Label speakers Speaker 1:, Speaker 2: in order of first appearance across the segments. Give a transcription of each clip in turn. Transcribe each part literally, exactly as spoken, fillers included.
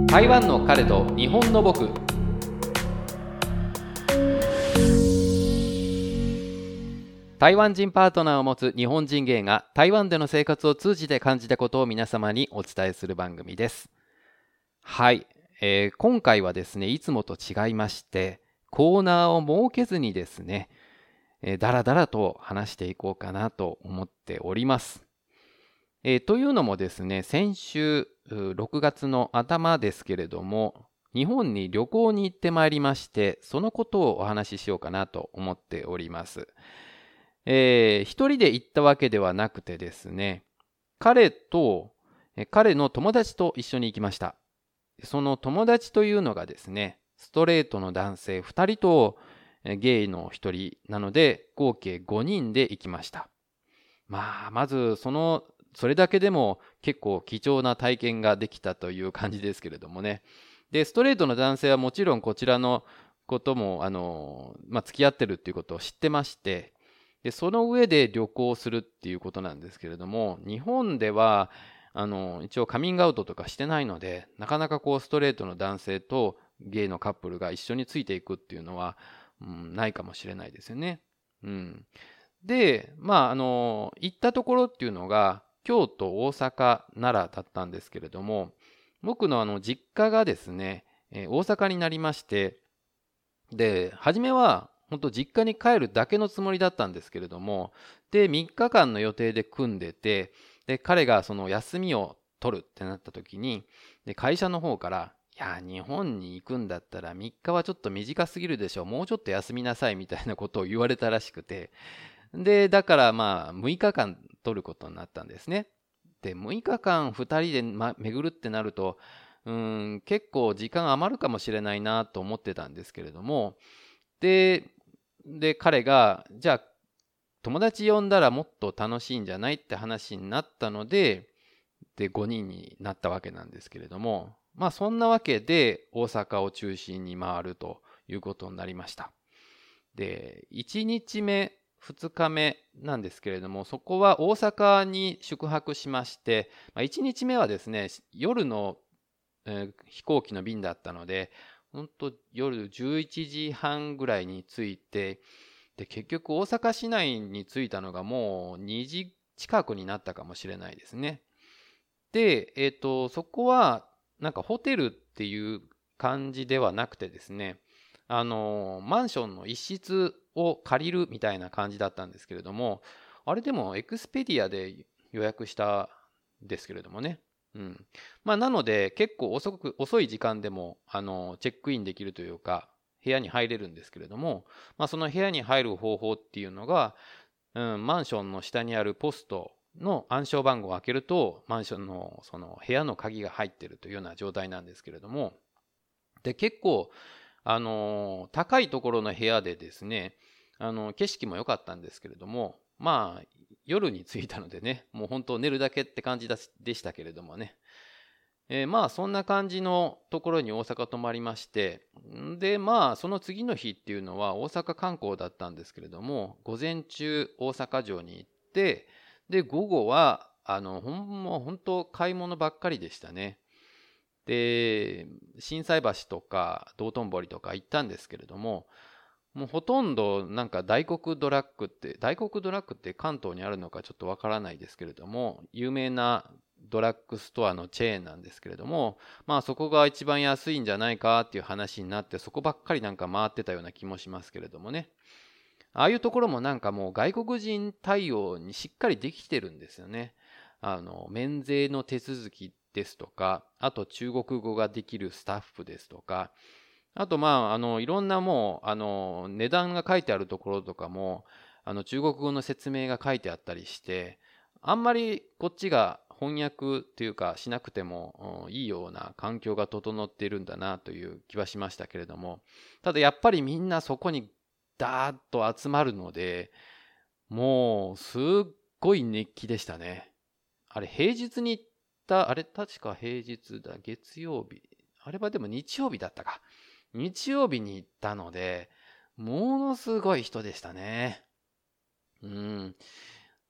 Speaker 1: 台湾の彼と日本の僕。台湾人パートナーを持つ日本人ゲイが台湾での生活を通じて感じたことを皆様にお伝えする番組です。はい、えー今回はですね、いつもと違いましてコーナーを設けずにですね、えーだらだらと話していこうかなと思っております。えーというのもですね、先週うろくがつの頭ですけれども、日本に旅行に行ってまいりまして、そのことをお話ししようかなと思っております。えー一人で行ったわけではなくてですね、彼と、えー彼の友達と一緒に行きました。その友達というのがですね、ストレートの男性ふたりとえーゲイのひとりなので、合計ごにんで行きました。まあ、まずその、それだけでも結構貴重な体験ができたという感じですけれどもね。で、ストレートの男性はもちろんこちらのことも、あの、まあ、付き合ってるっていうことを知ってまして、で、その上で旅行するっていうことなんですけれども、日本では、あの、一応カミングアウトとかしてないので、なかなかこうストレートの男性とゲイのカップルが一緒についていくっていうのは、うん、ないかもしれないですよね。うん。で、まあ、あの、行ったところっていうのが、京都、大阪、奈良だったんですけれども、僕のあの実家がですね、えー大阪になりまして、で、初めは本当実家に帰るだけのつもりだったんですけれども、で、みっかかんの予定で組んでて、で、彼がその休みを取るってなった時に、で、会社の方から、いや、日本に行くんだったらみっかはちょっと短すぎるでしょ、もうちょっと休みなさいみたいなことを言われたらしくて、で、だからまあ、むいかかん取ることになったんですね。で、むいかかんふたりで、ま、巡るってなると、うーん、結構時間余るかもしれないなと思ってたんですけれども、で、で、彼が、じゃあ、友達呼んだらもっと楽しいんじゃないって話になったので、で、ごにんになったわけなんですけれども、まあそんなわけで大阪を中心に回るということになりました。で、いちにちめ、ふつかめなんですけれども、そこは大阪に宿泊しまして、まあ、いちにちめはですね、夜の、えー飛行機の便だったので、本当夜じゅういちじはんぐらいに着いて、で、結局大阪市内に着いたのがもうにじ近くになったかもしれないですね。で、えっと、そこはなんかホテルっていう感じではなくてですね、あの、マンションの一室を借りるみたいな感じだったんですけれども、あれでもエクスペディアで予約したんですけれどもね。うん。まあ、なので結構遅く、遅い時間でも、あの、チェックインできるというか、部屋に入れるんですけれども、まあ、その部屋に入る方法っていうのが、うん、マンションの下にあるポストの暗証番号を開けると、マンションのその部屋の鍵が入っているというような状態なんですけれども、で、結構、あの、高いところの部屋でですね、あの、景色も良かったんですけれども、まあ、夜に着いたのでね、もう本当寝るだけって感じだでしたけれどもね。えーまあそんな感じのところに大阪泊まりまして、でまあその次の日っていうのは大阪観光だったんですけれども、午前中大阪城に行って、で午後はあのほんもう本当買い物ばっかりでしたね。で心斎橋とか道頓堀とか行ったんですけれども、もうほとんどなんか大黒ドラッグって、大黒ドラッグって関東にあるのかちょっとわからないですけれども、有名なドラッグストアのチェーンなんですけれども、まあそこが一番安いんじゃないかっていう話になって、そこばっかりなんか回ってたような気もしますけれどもね。ああいうところもなんかもう外国人対応にしっかりできてるんですよね。あの、免税の手続きですとか、あと中国語ができるスタッフですとか、あと、まあ、あの、いろんなもう、あの、値段が書いてあるところとかも、あの、中国語の説明が書いてあったりして、あんまりこっちが翻訳っていうかしなくてもうんいいような環境が整っているんだなという気はしましたけれども、ただやっぱりみんなそこにダーッと集まるので、もうすっごい熱気でしたね。あれ、平日に行った、あれ、確か平日だ、月曜日。あれはでも日曜日だったか。日曜日に行ったので、ものすごい人でしたね。うん。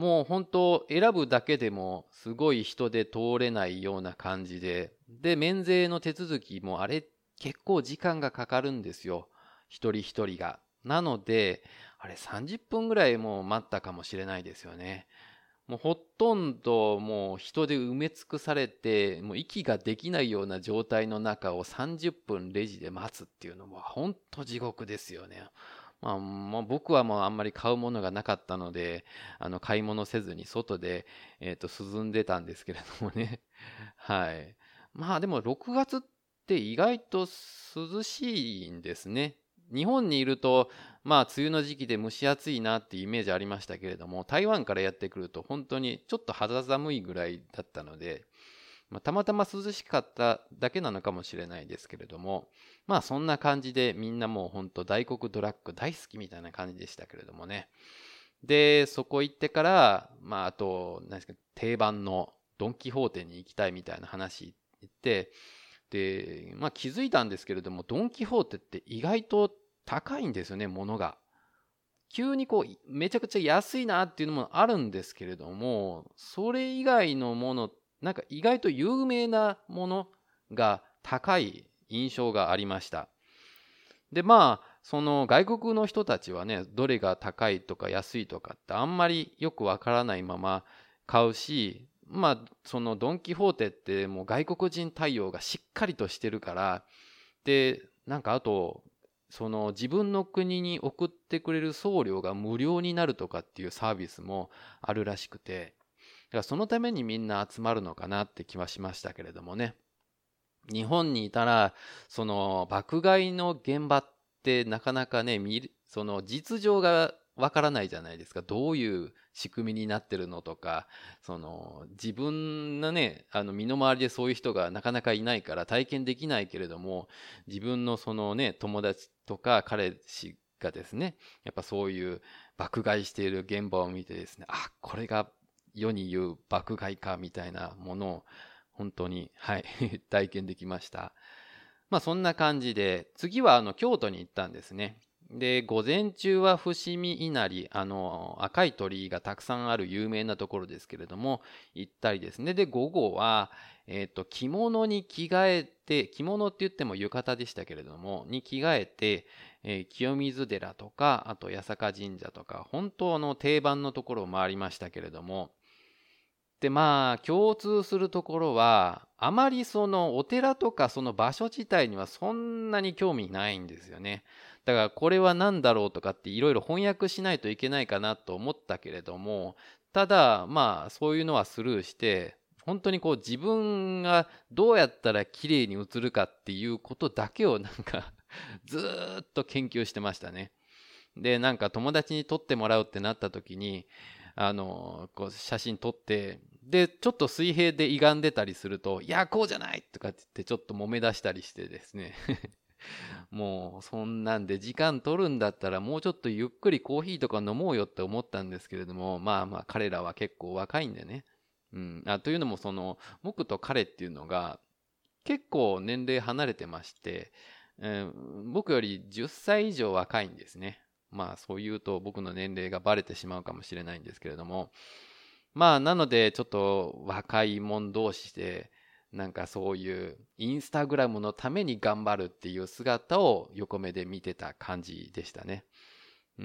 Speaker 1: もう本当選ぶだけでもすごい人で通れないような感じで、で、免税の手続きもあれ結構時間がかかるんですよ。一人一人が。なので、あれさんじゅっぷんぐらいもう待ったかもしれないですよね。もうほとんどもう人で埋め尽くされて、もう息ができないような状態の中をさんじゅっぷんレジで待つっていうのも本当地獄ですよね。まあ、もう僕はもうあんまり買うものがなかったので、あの買い物せずに外で、えっと、涼んでたんですけれどもね。はい。まあでもろくがつって意外と涼しいんですね。日本にいると、まあ梅雨の時期で蒸し暑いなっていうイメージありましたけれども、台湾からやってくると本当にちょっと肌寒いぐらいだったので、まあ、たまたま涼しかっただけなのかもしれないですけれども、まあそんな感じでみんなもう本当大黒ドラッグ大好きみたいな感じでしたけれどもね。で、そこ行ってから、まああと、何ですか、定番のドン・キホーテに行きたいみたいな話言って、で、まあ気づいたんですけれども、ドン・キホーテって意外と高いんですよね、物が。急にこう、めちゃくちゃ安いなっていうのもあるんですけれども、それ以外のもの、なんか意外と有名なものが高い印象がありました。で、まあ、その外国の人たちはね、どれが高いとか安いとかってあんまりよくわからないまま買うし、まあ、そのドン・キホーテってもう外国人対応がしっかりとしてるから、で、なんかあと、その自分の国に送ってくれる送料が無料になるとかっていうサービスもあるらしくて、だからそのためにみんな集まるのかなって気はしましたけれどもね。日本にいたら、その爆買いの現場ってなかなかね、見る、その実情がわからないじゃないですか。どういう仕組みになってるのとか、その自分のね、あの身の回りでそういう人がなかなかいないから体験できないけれども、自分のそのね、友達とか彼氏がですね、やっぱそういう爆買いしている現場を見てですね、あ、これが世に言う爆買いかみたいなものを本当に、はい、体験できました。まあそんな感じで、次はあの京都に行ったんですね。で、午前中は伏見稲荷、あの赤い鳥居がたくさんある有名なところですけれども、行ったりですね。で、午後は、えっと、着物に着替えて、着物って言っても浴衣でしたけれども、に着替えて、えー清水寺とか、あと八坂神社とか、本当の定番のところを回りましたけれども、で、まあ、共通するところは、あまりそのお寺とかその場所自体にはそんなに興味ないんですよね。だからこれは何だろうとかっていろいろ翻訳しないといけないかなと思ったけれども、ただ、まあ、そういうのはスルーして、本当にこう自分がどうやったら綺麗に映るかっていうことだけをなんかずーっと研究してましたね。で、なんか友達に撮ってもらうってなった時に、あの、こう写真撮って、で、ちょっと水平で歪んでたりすると、いや、こうじゃないとかって言ってちょっと揉め出したりしてですね。もうそんなんで時間取るんだったらもうちょっとゆっくりコーヒーとか飲もうよって思ったんですけれども、まあまあ彼らは結構若いんでね。うん、あというのもその僕と彼っていうのが結構年齢離れてまして、えー僕よりじゅっさい以上若いんですね。まあそう言うと僕の年齢がバレてしまうかもしれないんですけれども、まあなのでちょっと若い者同士でなんかそういうインスタグラムのために頑張るっていう姿を横目で見てた感じでしたね。うん。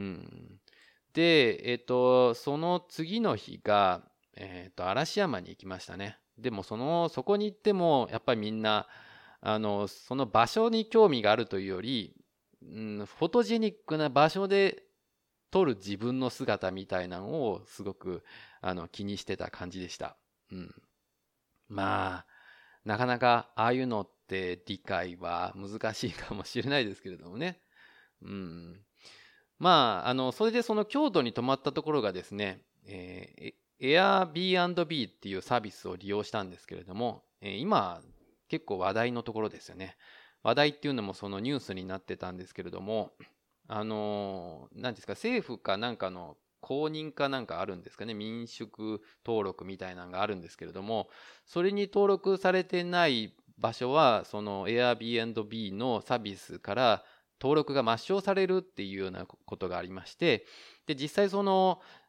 Speaker 1: で、えっと、その次の日が、えっと、嵐山に行きましたね。でも、その、そこに行っても、やっぱりみんな、あの、その場所に興味があるというより、うん、フォトジェニックな場所で撮る自分の姿みたいなのをすごく、あの、気にしてた感じでした。うん。まあ、なかなかああいうのって理解は難しいかもしれないですけれどもね。うん。まあ、あの、それでその京都に泊まったところがですね、えー、Airbnb っていうサービスを利用したんですけれども、えー今、結構話題のところですよね。話題っていうのもそのニュースになってたんですけれども、あのー、何ですか、政府かなんかの公認かなんかあるんですかね、民宿登録みたいなのがあるんですけれども、それに登録されてない場所は、その Airbnb のサービスから登録が抹消されるっていうようなことがありまして、で、実際その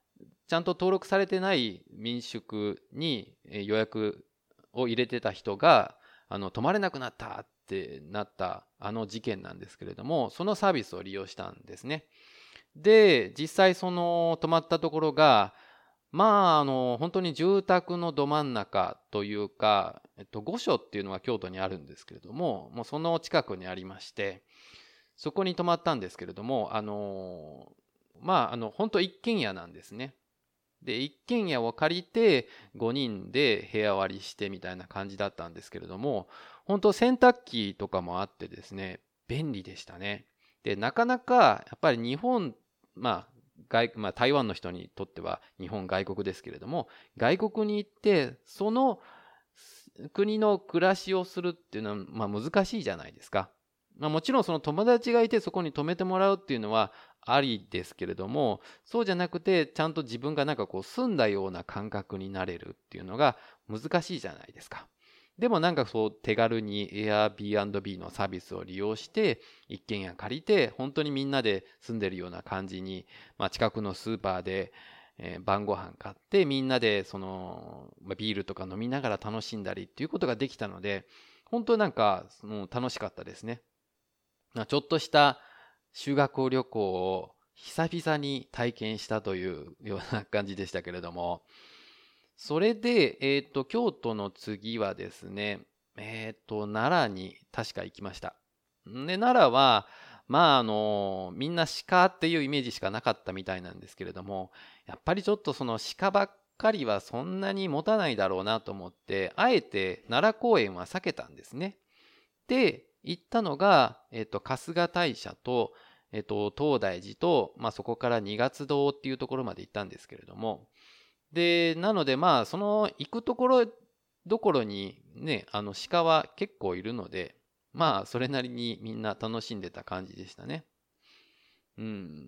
Speaker 1: ちゃんと登録されてない民宿に予約を入れてた人があの泊まれなくなったってなったあの事件なんですけれども、そのサービスを利用したんですね。で、実際その泊まったところが、まあ、あの、本当に住宅のど真ん中というか、えっと、御所っていうのが京都にあるんですけれども、もうその近くにありまして、そこに泊まったんですけれども、あの、まあ、あの、本当一軒家なんですね。で、一軒家を借りてごにんで部屋割りしてみたいな感じだったんですけれども、本当洗濯機とかもあってですね、便利でしたね。で、なかなかやっぱり日本、まあ、外まあ、台湾の人にとっては日本外国ですけれども、外国に行ってその国の暮らしをするっていうのは、まあ、難しいじゃないですか。まあ、もちろんその友達がいてそこに泊めてもらうっていうのはありですけれども、そうじゃなくてちゃんと自分がなんかこう住んだような感覚になれるっていうのが難しいじゃないですか。でもなんかそう手軽に Airbnb のサービスを利用して一軒家借りて本当にみんなで住んでるような感じに、まあ、近くのスーパーで、えー晩ご飯買ってみんなでその、まあ、ビールとか飲みながら楽しんだりっていうことができたので、本当になんかもう楽しかったですね。ちょっとした修学旅行を久々に体験したというような感じでしたけれども、それで、えっと、京都の次はですね、えっと、奈良に確か行きました。で、奈良は、まあ、あの、みんな鹿っていうイメージしかなかったみたいなんですけれども、やっぱりちょっとその鹿ばっかりはそんなに持たないだろうなと思って、あえて奈良公園は避けたんですね。で、行ったのが、えっと、春日大社と、えっと、東大寺と、まあ、そこから二月堂っていうところまで行ったんですけれども、で、なので、まあ、その行くところどころにね、あの鹿は結構いるので、まあ、それなりにみんな楽しんでた感じでしたね。うん。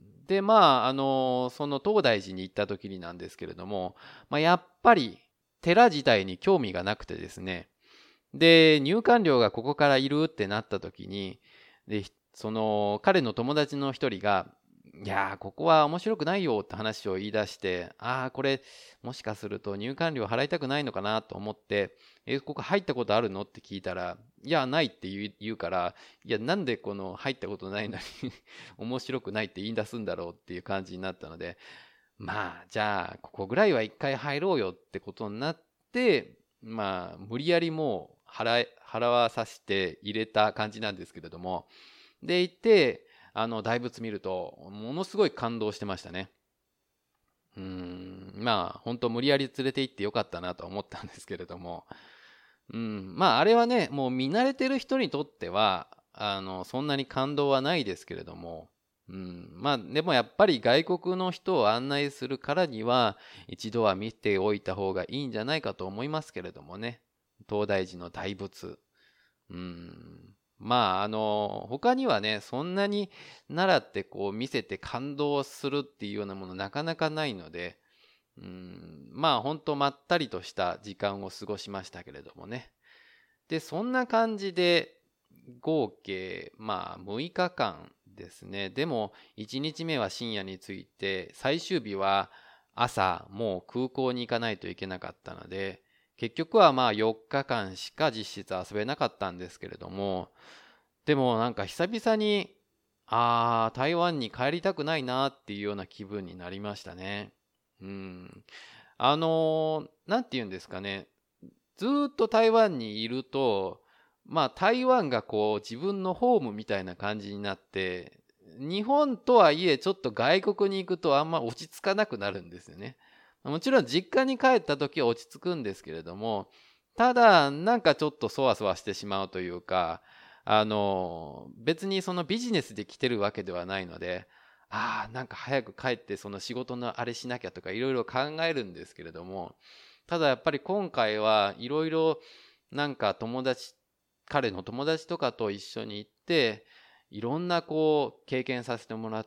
Speaker 1: で、まあ、あの、その東大寺に行った時になんですけれども、まあ、やっぱり寺自体に興味がなくてですね、で、入館料がここからいるってなった時に、で、その彼の友達の一人が、いやー、ここは面白くないよって話を言い出して、ああ、これ、もしかすると入館料払いたくないのかなと思って、え、ここ入ったことあるのって聞いたら、いや、ないって言う、言うから、いや、なんでこの入ったことないのに面白くないって言い出すんだろうっていう感じになったので、まあ、じゃあ、ここぐらいは一回入ろうよってことになって、まあ、無理やりもう払い、払わさせて入れた感じなんですけれども、で、行って、あの、大仏見ると、ものすごい感動してましたね。うーん、まあ、本当無理やり連れて行ってよかったなと思ったんですけれども、うん、まあ、あれはね、もう見慣れてる人にとっては、あの、そんなに感動はないですけれども、うん、まあ、でもやっぱり外国の人を案内するからには、一度は見ておいた方がいいんじゃないかと思いますけれどもね。東大寺の大仏。うん。まあ、あの、他にはね、そんなに奈良ってこう見せて感動するっていうようなものなかなかないので、うん、まあ、ほんとまったりとした時間を過ごしましたけれどもね。で、そんな感じで、合計、まあ、むいかかんですね。でも、いちにちめは深夜に着いて、最終日は朝、もう空港に行かないといけなかったので、結局はまあよっかかんしか実質遊べなかったんですけれども、でもなんか久々に、ああ、台湾に帰りたくないなっていうような気分になりましたね。うん。あのーなんて言うんですかね。ずーっと台湾にいると、まあ台湾がこう自分のホームみたいな感じになって、日本とはいえちょっと外国に行くとあんま落ち着かなくなるんですよね。もちろん実家に帰った時は落ち着くんですけれども、ただなんかちょっとそわそわしてしまうというか、あの、別にそのビジネスで来てるわけではないので、ああ、なんか早く帰ってその仕事のあれしなきゃとかいろいろ考えるんですけれども、ただやっぱり今回はいろいろなんか友達、彼の友達とかと一緒に行って、いろんなこう経験させてもらって、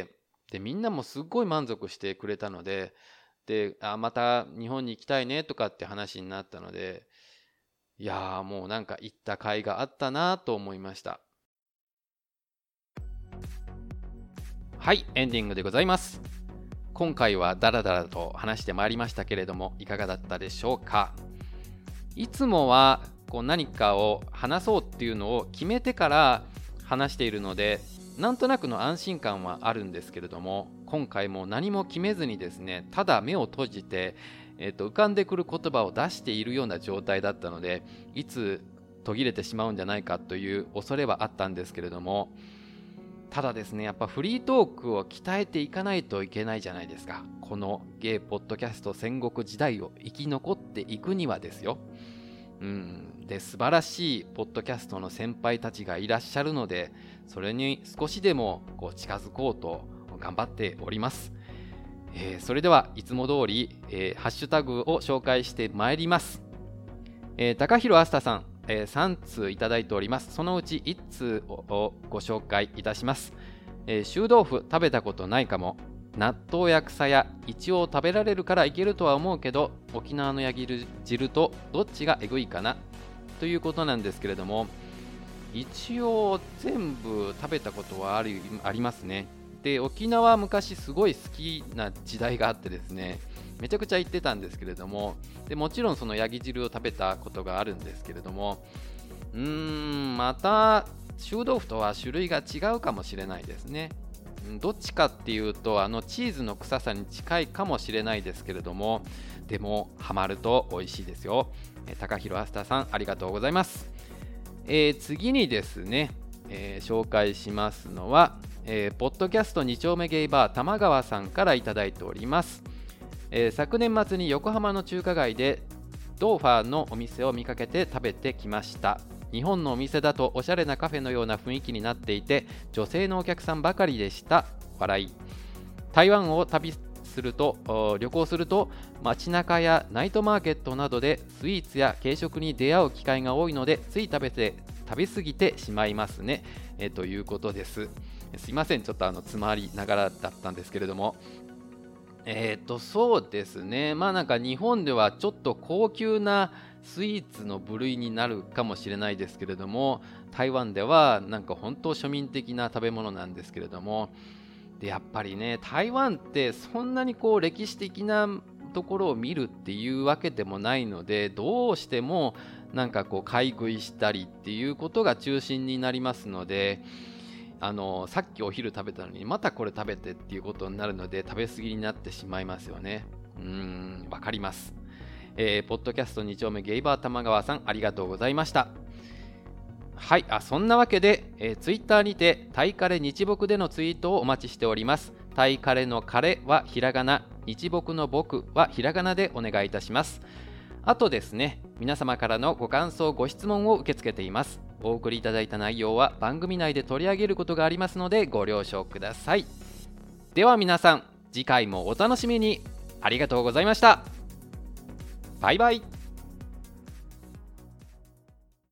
Speaker 1: で、みんなもすっごい満足してくれたので、で、あ、また日本に行きたいねとかって話になったので、いやーもうなんか行った甲斐があったなと思いました。はい、エンディングでございます。 今回はダラダラと話してまいりましたけれども、いかがだったでしょうか。いつもはこう何かを話そうっていうのを決めてから話しているので、なんとなくの安心感はあるんですけれども、今回も何も決めずにですね、ただ目を閉じて、えーと、浮かんでくる言葉を出しているような状態だったので、いつ途切れてしまうんじゃないかという恐れはあったんですけれども、ただですね、やっぱフリートークを鍛えていかないといけないじゃないですか。このゲイポッドキャスト戦国時代を生き残っていくにはですよ。うんで素晴らしいポッドキャストの先輩たちがいらっしゃるので、それに少しでもこう近づこうと頑張っております。えー、それではいつも通り、えー、ハッシュタグを紹介してまいります。えー、高弘あすたさん、えー、さん通いただいております。そのうちいち通をご紹介いたします。えー、臭豆腐食べたことないかも。納豆や草や一応食べられるからいけるとは思うけど、沖縄のヤギ汁とどっちがえぐいかなということなんですけれども、一応全部食べたことはあり、ありますね。で、沖縄は昔すごい好きな時代があってですね、めちゃくちゃ行ってたんですけれども、でもちろんそのヤギ汁を食べたことがあるんですけれども、うーんまた臭豆腐とは種類が違うかもしれないですね。どっちかっていうとあのチーズの臭さに近いかもしれないですけれども、でもハマると美味しいですよ。えー、高弘あすたさんありがとうございます。えー、次にですね、えー、紹介しますのは、えー、ポッドキャストに丁目ゲイバー玉川さんからいただいております。えー、昨年末に横浜の中華街でドーファーのお店を見かけて食べてきました。日本のお店だとおしゃれなカフェのような雰囲気になっていて、女性のお客さんばかりでした。笑い。台湾を旅すると旅行すると街中やナイトマーケットなどでスイーツや軽食に出会う機会が多いので、つい食べて食べ過ぎてしまいますね、えということです。すいません、ちょっとあの詰まりながらだったんですけれども、えっとそうですね、まあなんか日本ではちょっと高級なスイーツの部類になるかもしれないですけれども、台湾ではなんか本当庶民的な食べ物なんですけれども、でやっぱりね、台湾ってそんなにこう歴史的なところを見るっていうわけでもないので、どうしてもなんかこう買い食いしたりっていうことが中心になりますので、あのさっきお昼食べたのにまたこれ食べてっていうことになるので、食べ過ぎになってしまいますよね。うーんわかります。えー、ポッドキャストに丁目ゲイバー玉川さんありがとうございました。はい、あそんなわけで、えー、ツイッターにてタイカレ日木でのツイートをお待ちしております。タイカレのカレはひらがな、日木の僕はひらがなでお願いいたします。あとですね、皆様からのご感想ご質問を受け付けています。お送りいただいた内容は番組内で取り上げることがありますのでご了承ください。では皆さん、次回もお楽しみに。ありがとうございました。バイバイ。